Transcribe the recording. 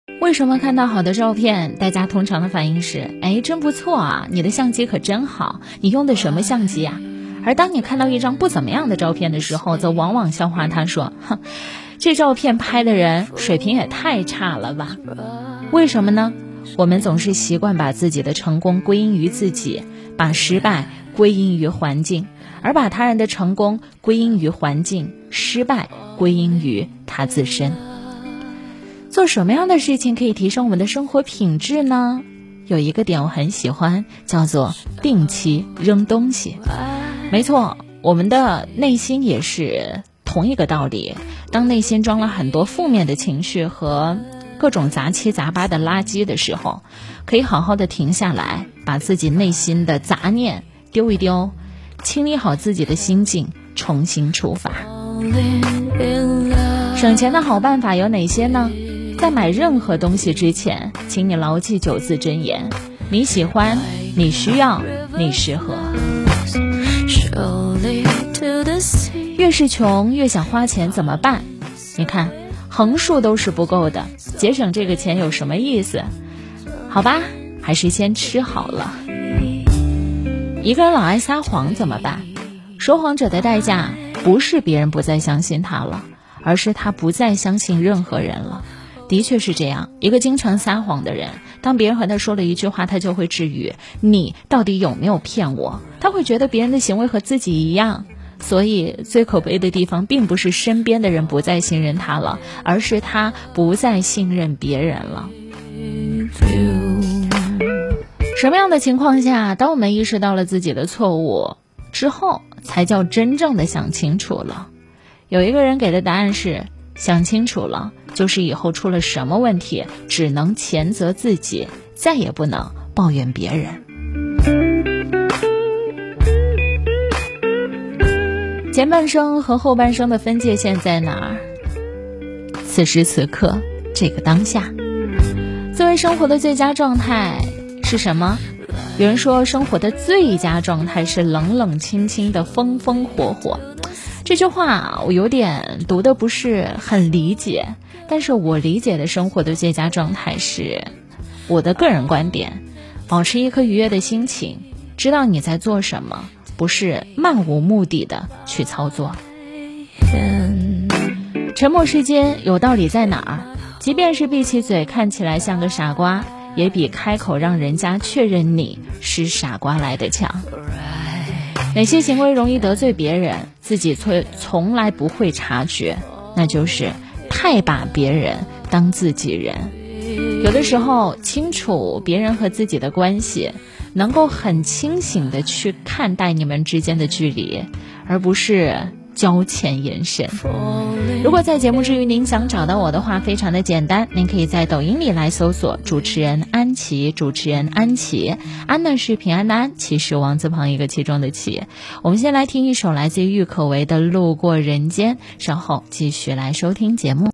为什么看到好的照片，大家通常的反应是，真不错啊，你的相机可真好，你用的什么相机啊？而当你看到一张不怎么样的照片的时候，则往往笑话他说，这照片拍的人水平也太差了吧？为什么呢？我们总是习惯把自己的成功归因于自己，把失败归因于环境，而把他人的成功归因于环境，失败归因于他自身。做什么样的事情可以提升我们的生活品质呢？有一个点我很喜欢，叫做定期扔东西。没错，我们的内心也是同一个道理。当内心装了很多负面的情绪和各种杂七杂八的垃圾的时候，可以好好的停下来，把自己内心的杂念丢一丢，清理好自己的心境，重新出发。省钱的好办法有哪些呢？在买任何东西之前，请你牢记9字真言：你喜欢，你需要，你适合。越是穷越想花钱怎么办？你看横竖都是不够的，节省这个钱有什么意思？好吧，还是先吃好了。一个人老爱撒谎怎么办？说谎者的代价不是别人不再相信他了，而是他不再相信任何人了。的确是这样，一个经常撒谎的人，当别人和他说了一句话，他就会质疑你到底有没有骗我，他会觉得别人的行为和自己一样。所以最可悲的地方并不是身边的人不再信任他了，而是他不再信任别人了。什么样的情况下，当我们意识到了自己的错误之后，才叫真正的想清楚了？有一个人给的答案是，想清楚了，就是以后出了什么问题，只能谴责自己，再也不能抱怨别人。前半生和后半生的分界线在哪儿？此时此刻，这个当下。作为生活的最佳状态是什么？有人说生活的最佳状态是冷冷清清的风风火火。这句话我有点读得不是很理解，但是我理解的生活的最佳状态是，我的个人观点，保持一颗愉悦的心情，知道你在做什么，不是漫无目的的去操作。沉默是金，有道理在哪儿？即便是闭起嘴看起来像个傻瓜，也比开口让人家确认你是傻瓜来的强。哪些行为容易得罪别人，自己从来不会察觉，那就是太把别人当自己人。有的时候清楚别人和自己的关系，能够很清醒的去看待你们之间的距离，而不是交浅言深。如果在节目之余您想找到我的话，非常的简单，您可以在抖音里来搜索主持人安琪，主持人安琪，安呢是平安的安，琪是王字旁一个其中的琪。我们先来听一首来自于郁可唯的《路过人间》，稍后继续来收听节目。